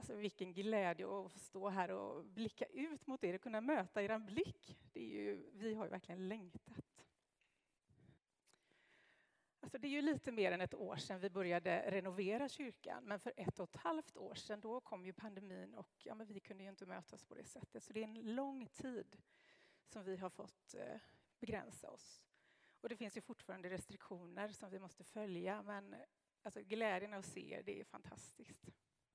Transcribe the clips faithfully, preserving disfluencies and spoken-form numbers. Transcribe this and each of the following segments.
Alltså vilken glädje att få stå här och blicka ut mot er och kunna möta er blick. Det är ju, vi har ju verkligen längtat. Alltså det är ju lite mer än ett år sedan vi började renovera kyrkan. Men för ett och ett halvt år sedan då kom ju pandemin och ja, men vi kunde ju inte mötas på det sättet. Så det är en lång tid som vi har fått eh, begränsa oss. Och det finns ju fortfarande restriktioner som vi måste följa. Men alltså, glädjen att se er, det är fantastiskt.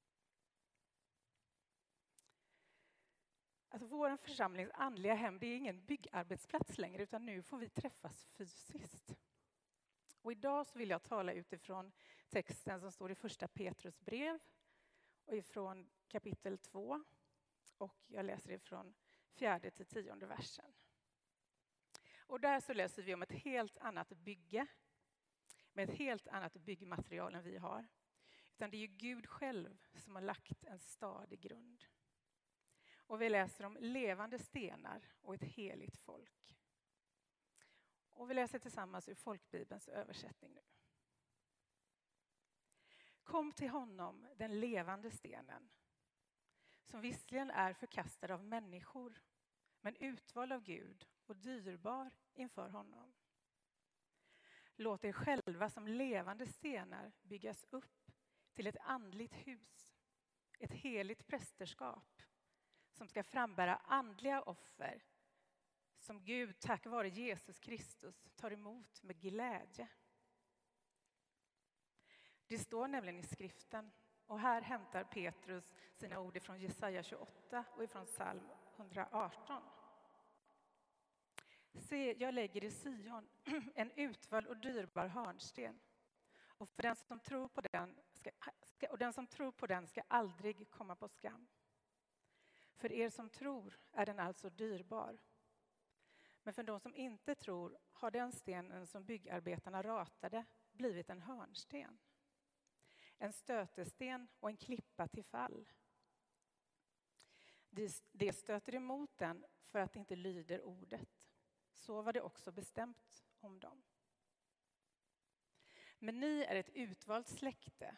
Alltså, vår församlings andliga hem, det är ingen byggarbetsplats längre, utan nu får vi träffas fysiskt. Och idag så vill jag tala utifrån texten som står i första Petrus brev och ifrån kapitel två. Och jag läser ifrån fjärde till tionde versen. Och där så läser vi om ett helt annat bygge med ett helt annat byggmaterial än vi har. Utan det är ju Gud själv som har lagt en stadig grund. Och vi läser om levande stenar och ett heligt folk. Och vi läser tillsammans ur folkbibelns översättning nu. Kom till honom, den levande stenen, som visserligen är förkastad av människor, men utvald av Gud och dyrbar inför honom. Låt er själva som levande stenar byggas upp till ett andligt hus, ett heligt prästerskap, som ska frambära andliga offer som Gud tack vare Jesus Kristus tar emot med glädje. Det står nämligen i skriften, och här hämtar Petrus sina ord ifrån Jesaja tjugoåtta och ifrån psalm hundraarton. Se, jag lägger i Sion en utvald och dyrbar hörnsten, och för den som tror på den ska, och den som tror på den ska aldrig komma på skam. För er som tror är den alltså dyrbar. Men för de som inte tror har den stenen som byggarbetarna ratade blivit en hörnsten. En stötesten och en klippa till fall. Det stöter emot den för att det inte lyder ordet. Så var det också bestämt om dem. Men ni är ett utvalt släkte.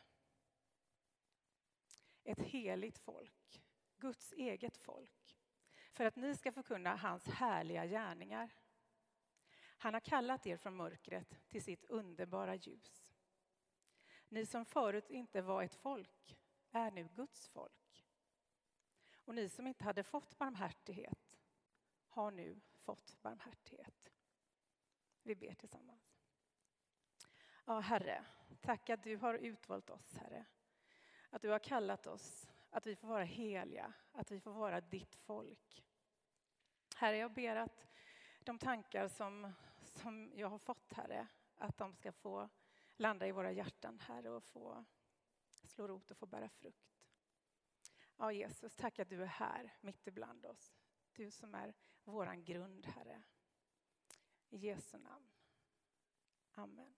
Ett heligt folk. Guds eget folk. För att ni ska förkunna hans härliga gärningar. Han har kallat er från mörkret till sitt underbara ljus. Ni som förut inte var ett folk är nu Guds folk. Och ni som inte hade fått barmhärtighet har nu fått barmhärtighet. Vi ber tillsammans. Ja, Herre, tack att du har utvalt oss, Herre. Att du har kallat oss, att vi får vara heliga, att vi får vara ditt folk. Herre, jag ber att de tankar som, som jag har fått, Herre, att de ska få landa i våra hjärtan, Herre, och få slå rot och få bära frukt. Ja, Jesus, tack att du är här mitt ibland oss. Du som är våran grund, Herre. I Jesu namn. Amen.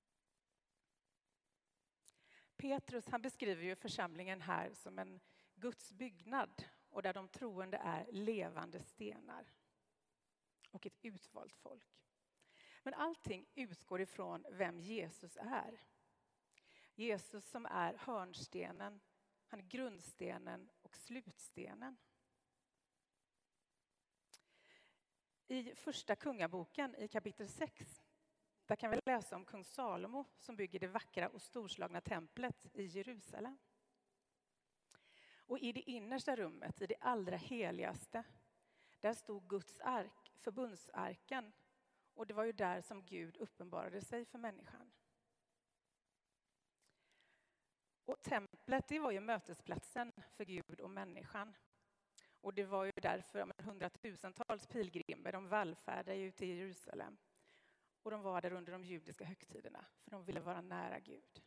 Petrus, han beskriver ju församlingen här som en Guds byggnad och där de troende är levande stenar och ett utvalt folk. Men allting utgår ifrån vem Jesus är. Jesus som är hörnstenen, han är grundstenen och slutstenen. I första kungaboken i kapitel sex, där kan vi läsa om kung Salomo som bygger det vackra och storslagna templet i Jerusalem. Och i det innersta rummet, i det allra heligaste, där stod Guds ark, förbundsarken. Och det var ju där som Gud uppenbarade sig för människan. Och templet, det var ju mötesplatsen för Gud och människan. Och det var ju därför hundratusentals pilgrimer, de vallfärdade ut till Jerusalem. Och de var där under de judiska högtiderna, för de ville vara nära Gud.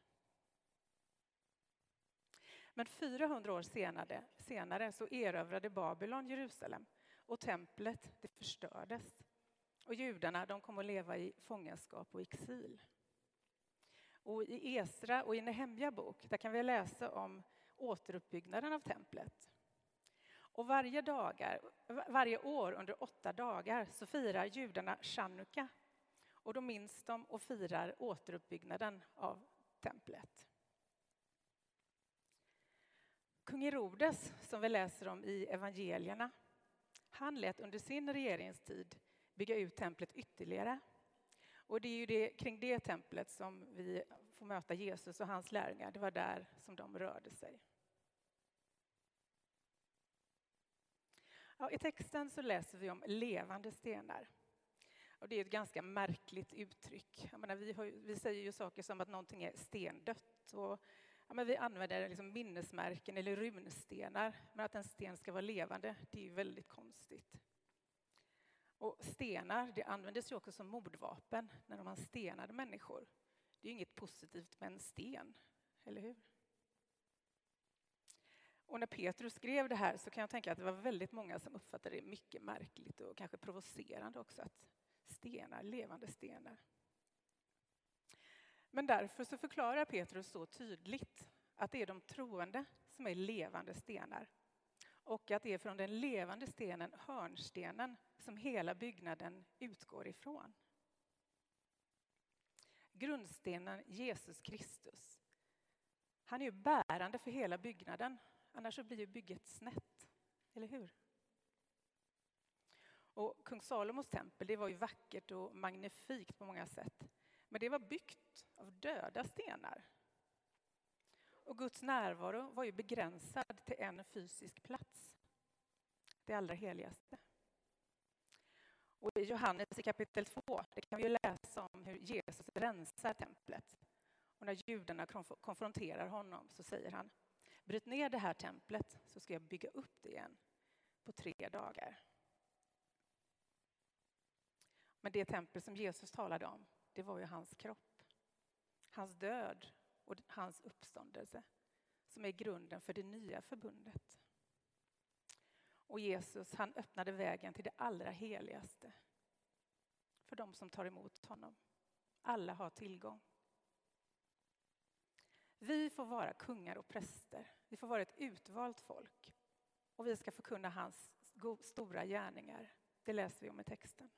Men fyrahundra år senare, senare så erövrade Babylon Jerusalem. Och templet, det förstördes. Och judarna, de kom att leva i fångenskap och exil. Och i Esra och i Nehemja bok, där kan vi läsa om återuppbyggnaden av templet. Och varje, dagar, varje år under åtta dagar så firar judarna Chanukka. Och då minns de och firar återuppbyggnaden av templet. Kung Herodes, som vi läser om i evangelierna, han lät under sin regeringstid bygga ut templet ytterligare. Och det är ju det, kring det templet som vi får möta Jesus och hans lärjungar. Det var där som de rörde sig. Ja, i texten så läser vi om levande stenar. Och det är ett ganska märkligt uttryck. Jag menar, vi, har, vi säger ju saker som att någonting är stendött. Och, ja, men vi använder liksom minnesmärken eller runstenar. Men att en sten ska vara levande, det är ju väldigt konstigt. Och stenar, det användes ju också som mordvapen när man stenade människor. Det är ju inget positivt med en sten, eller hur? Och när Petrus skrev det här så kan jag tänka att det var väldigt många som uppfattade det mycket märkligt och kanske provocerande också, att stenar, levande stenar. Men därför så förklarar Petrus så tydligt att det är de troende som är levande stenar. Och att det är från den levande stenen, hörnstenen, som hela byggnaden utgår ifrån. Grundstenen Jesus Kristus. Han är ju bärande för hela byggnaden. Annars så blir ju bygget snett. Eller hur? Och kung Salomos tempel, det var ju vackert och magnifikt på många sätt. Men det var byggt av döda stenar. Och Guds närvaro var ju begränsad till en fysisk plats. Det allra heligaste. Och i Johannes i kapitel två, det kan vi ju läsa om hur Jesus rensar templet. Och när judarna konfronterar honom så säger han: bryt ner det här templet så ska jag bygga upp det igen på tre dagar. Men det tempel som Jesus talade om, det var ju hans kropp. Hans död och hans uppståndelse som är grunden för det nya förbundet. Och Jesus, han öppnade vägen till det allra heligaste för de som tar emot honom. Alla har tillgång. Vi får vara kungar och präster. Vi får vara ett utvalt folk. Och vi ska förkunna hans stora gärningar. Det läser vi om i texten.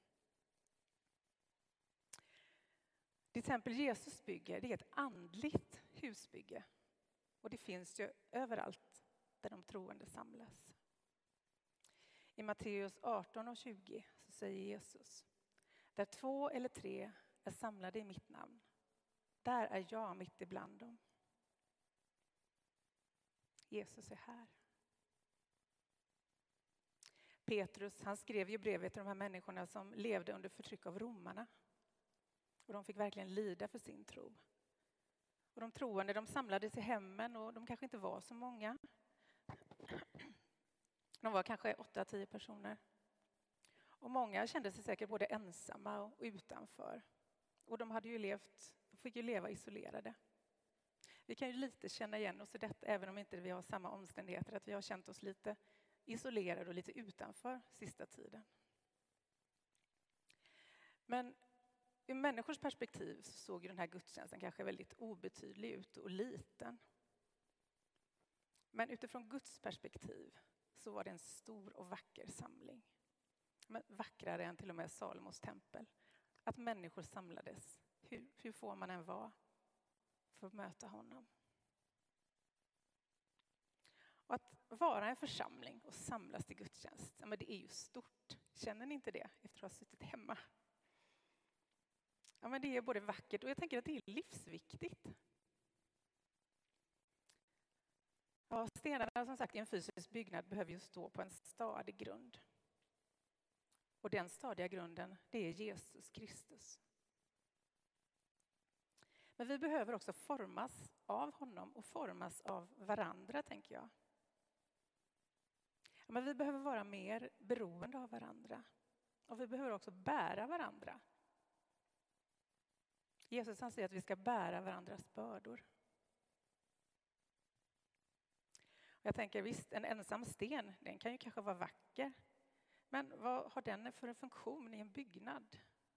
Det tempel Jesus bygger, det är ett andligt husbygge. Och det finns ju överallt där de troende samlas. I Matteus arton och tjugo så säger Jesus: där två eller tre är samlade i mitt namn, där är jag mitt ibland dem. Jesus är här. Petrus, han skrev ju brevet till de här människorna som levde under förtryck av romarna. Och de fick verkligen lida för sin tro. Och de troende, de samlades i hemmen och de kanske inte var så många. De var kanske åtta, tio personer. Och många kände sig säkert både ensamma och utanför. Och de hade ju levt, de fick ju leva isolerade. Vi kan ju lite känna igen oss i detta, även om inte vi har samma omständigheter, att vi har känt oss lite isolerade och lite utanför sista tiden. Men ur människors perspektiv så såg ju den här gudstjänsten kanske väldigt obetydlig ut och liten. Men utifrån Guds perspektiv så var det en stor och vacker samling. Men vackrare än till och med Salomos tempel. Att människor samlades, hur, hur får man än vara, för att möta honom. Och att vara en församling och samlas till gudstjänst, ja, men det är ju stort. Känner ni inte det efter att ha suttit hemma? Ja, men det är både vackert och jag tänker att det är livsviktigt. Ja, stenarna som sagt i en fysisk byggnad behöver ju stå på en stadig grund. Och den stadiga grunden, det är Jesus Kristus. Men vi behöver också formas av honom och formas av varandra, tänker jag. Ja, men vi behöver vara mer beroende av varandra. Och vi behöver också bära varandra. Jesus han säger att vi ska bära varandras bördor. Jag tänker visst, en ensam sten, den kan ju kanske vara vacker. Men vad har den för en funktion i en byggnad?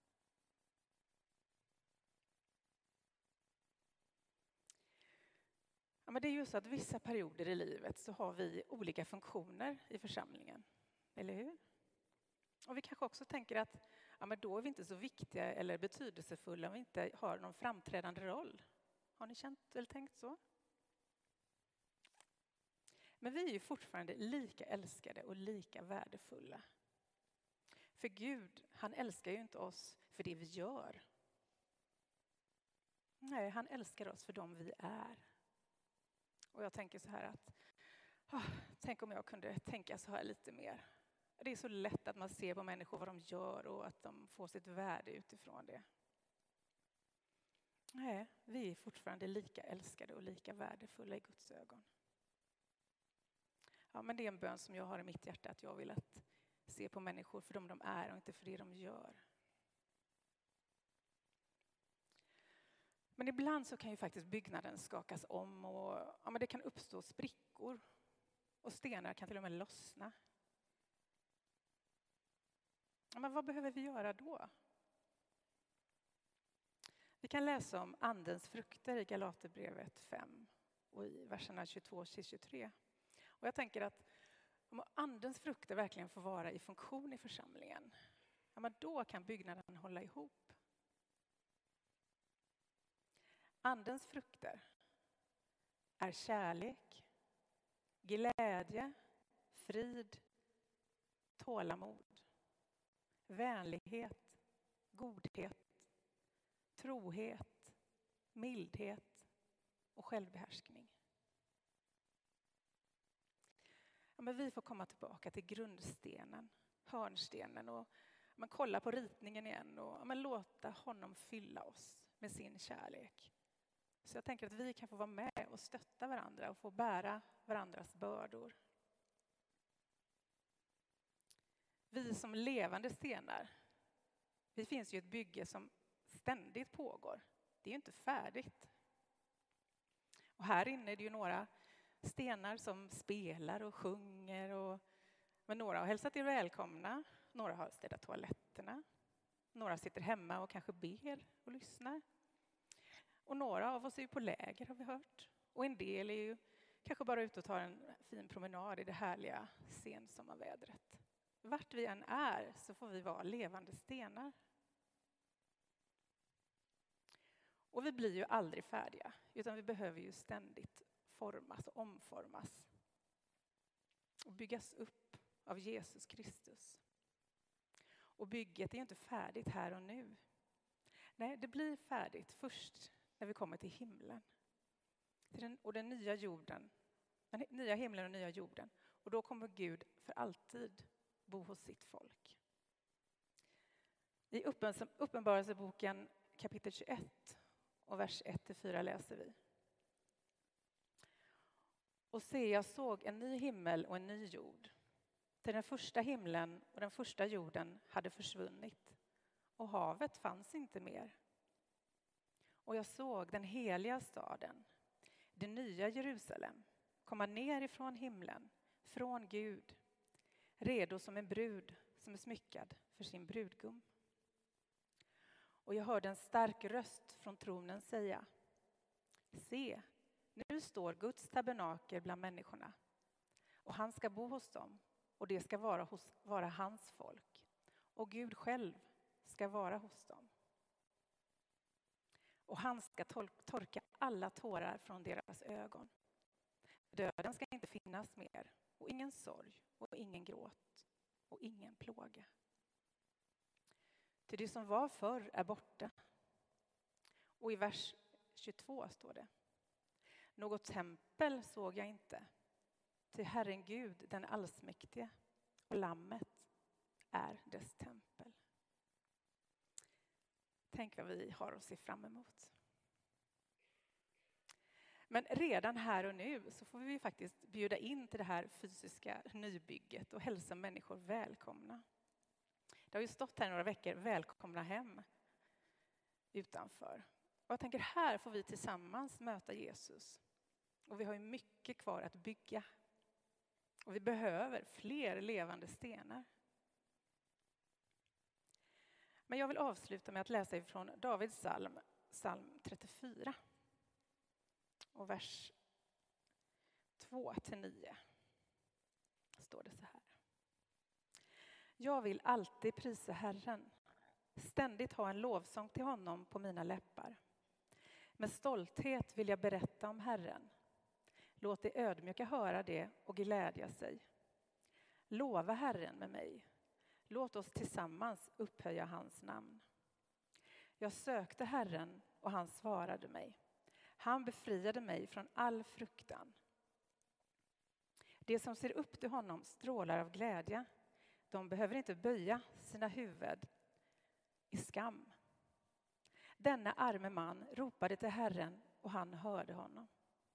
Ja, men det är ju så att vissa perioder i livet så har vi olika funktioner i församlingen. Eller hur? Och vi kanske också tänker att ja, men då är vi inte så viktiga eller betydelsefulla om vi inte har någon framträdande roll. Har ni känt eller tänkt så? Men vi är ju fortfarande lika älskade och lika värdefulla. För Gud, han älskar ju inte oss för det vi gör. Nej, han älskar oss för dem vi är. Och jag tänker så här att, oh, tänk om jag kunde tänka så här lite mer. Det är så lätt att man ser på människor vad de gör och att de får sitt värde utifrån det. Nej, vi är fortfarande lika älskade och lika värdefulla i Guds ögon. Ja, men det är en bön som jag har i mitt hjärta, att jag vill att se på människor för dem de är och inte för det de gör. Men ibland så kan ju faktiskt byggnaden skakas om och ja, men det kan uppstå sprickor och stenar kan till och med lossna. Ja, men vad behöver vi göra då? Vi kan läsa om andens frukter i Galaterbrevet fem och i verserna tjugotvå till tjugotre. Och jag tänker att om andens frukter verkligen får vara i funktion i församlingen, ja, men då kan byggnaden hålla ihop. Andens frukter är kärlek, glädje, frid, tålamod, vänlighet, godhet, trohet, mildhet och självbehärskning. Ja, men vi får komma tillbaka till grundstenen, hörnstenen och men kolla på ritningen igen och ja, men låta honom fylla oss med sin kärlek. Så jag tänker att vi kan få vara med och stötta varandra och få bära varandras bördor. Vi som levande stenar, vi finns ju ett bygge som ständigt pågår. Det är ju inte färdigt. Och här inne är det ju några stenar som spelar och sjunger. Och, men några har hälsat er välkomna. Några har städat toaletterna. Några sitter hemma och kanske ber och lyssnar. Och några av oss är ju på läger har vi hört. Och en del är ju kanske bara ute och tar en fin promenad i det härliga sensommarvädret. Vart vi än är så får vi vara levande stenar. Och vi blir ju aldrig färdiga, utan vi behöver ju ständigt formas och omformas. Och byggas upp av Jesus Kristus. Och bygget är ju inte färdigt här och nu. Nej, det blir färdigt först när vi kommer till himlen. Till den, och den nya jorden, den nya himlen och nya jorden. Och då kommer Gud för alltid bo hos sitt folk. I Uppenbarelseboken kapitel tjugoett och vers ett till fyra läser vi. Och se, jag såg en ny himmel och en ny jord. Till den första himlen och den första jorden hade försvunnit. Och havet fanns inte mer. Och jag såg den heliga staden, det nya Jerusalem, komma ner ifrån himlen, från Gud, redo som en brud som är smyckad för sin brudgum. Och jag hörde en stark röst från tronen säga: se, nu står Guds tabernakel bland människorna, och han ska bo hos dem, och det ska vara, hos, vara hans folk, och Gud själv ska vara hos dem. Och han ska tol- torka alla tårar från deras ögon. Döden ska inte finnas mer, och ingen sorg, och ingen gråt, och ingen plåga. Till det som var förr är borta. Och i vers tjugotvå står det: något tempel såg jag inte, till Herren Gud, den allsmäktige, och lammet är dess tempel. Tänk vad vi har att se fram emot. Men redan här och nu så får vi faktiskt bjuda in till det här fysiska nybygget och hälsa människor välkomna. Det har ju stått här några veckor, välkomna hem, utanför. Och jag tänker, här får vi tillsammans möta Jesus. Och vi har ju mycket kvar att bygga. Och vi behöver fler levande stenar. Men jag vill avsluta med att läsa ifrån Davids psalm, psalm trettiofyra. Och vers två till nio står det så här. Jag vill alltid prisa Herren, ständigt ha en lovsång till honom på mina läppar. Med stolthet vill jag berätta om Herren. Låt det ödmjuka höra det och glädja sig. Lova Herren med mig. Låt oss tillsammans upphöja hans namn. Jag sökte Herren och han svarade mig. Han befriade mig från all fruktan. De som ser upp till honom strålar av glädje. De behöver inte böja sina huvud i skam. Denna arme man ropade till Herren och han hörde honom.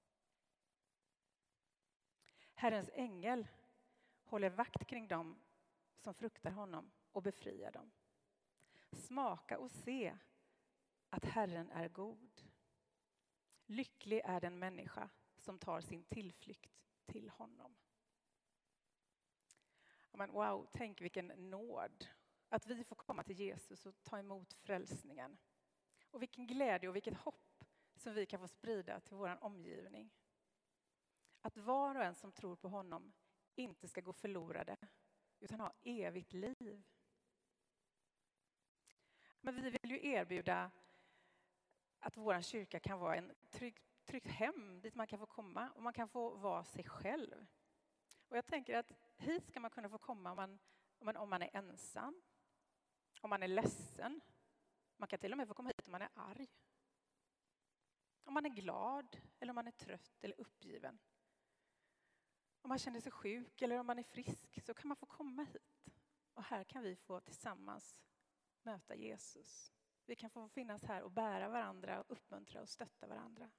Herrens ängel håller vakt kring dem som fruktar honom och befriar dem. Smaka och se att Herren är god. Lycklig är den människa som tar sin tillflykt till honom. Men wow, tänk vilken nåd att vi får komma till Jesus och ta emot frälsningen. Och vilken glädje och vilket hopp som vi kan få sprida till vår omgivning. Att var och en som tror på honom inte ska gå förlorade utan ha evigt liv. Men vi vill ju erbjuda att vår kyrka kan vara en trygg, tryggt hem dit man kan få komma och man kan få vara sig själv. Och jag tänker att hit ska man kunna få komma om man, om man, om man är ensam, om man är ledsen. Man kan till och med få komma hit om man är arg. Om man är glad eller om man är trött eller uppgiven. Om man känner sig sjuk eller om man är frisk så kan man få komma hit. Och här kan vi få tillsammans möta Jesus. Vi kan få finnas här och bära varandra, och uppmuntra och stötta varandra.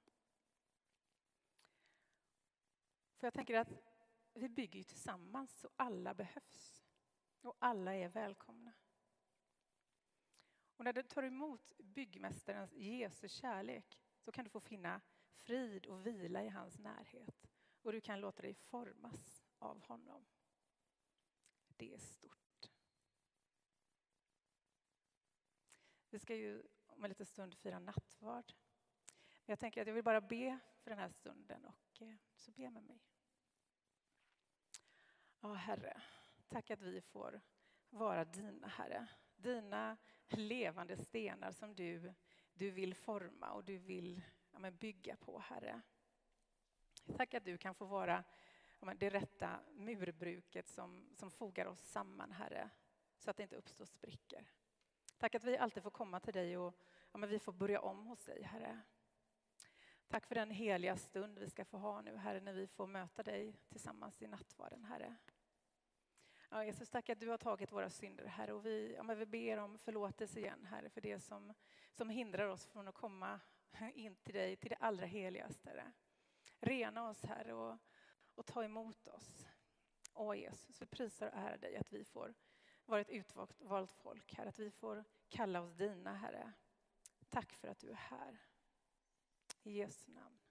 För jag tänker att vi bygger ju tillsammans så alla behövs. Och alla är välkomna. Och när du tar emot byggmästarens Jesus kärlek så kan du få finna frid och vila i hans närhet. Och du kan låta dig formas av honom. Det är stort. Vi ska ju om en liten stund fira nattvard. Men jag tänker att jag vill bara be för den här stunden och så be med mig. Ja, Herre, tack att vi får vara dina, Herre. Dina levande stenar som du, du vill forma och du vill ja, men bygga på, Herre. Tack att du kan få vara ja, men det rätta murbruket som, som fogar oss samman, Herre. Så att det inte uppstår sprickor. Tack att vi alltid får komma till dig och ja, men vi får börja om hos dig, Herre. Tack för den heliga stund vi ska få ha nu, Herre, när vi får möta dig tillsammans i nattvarden, Herre. Ja, Jesus, tack att du har tagit våra synder, Herre, och vi, ja, men vi ber om förlåtelse igen, Herre, för det som, som hindrar oss från att komma in till dig, till det allra heligaste, Herre. Rena oss, Herre, och, och ta emot oss. Åh Jesus, vi prisar och ärar dig att vi får vara ett utvalt folk, Herre, att vi får kalla oss dina, Herre. Tack för att du är här. I Jesu namn.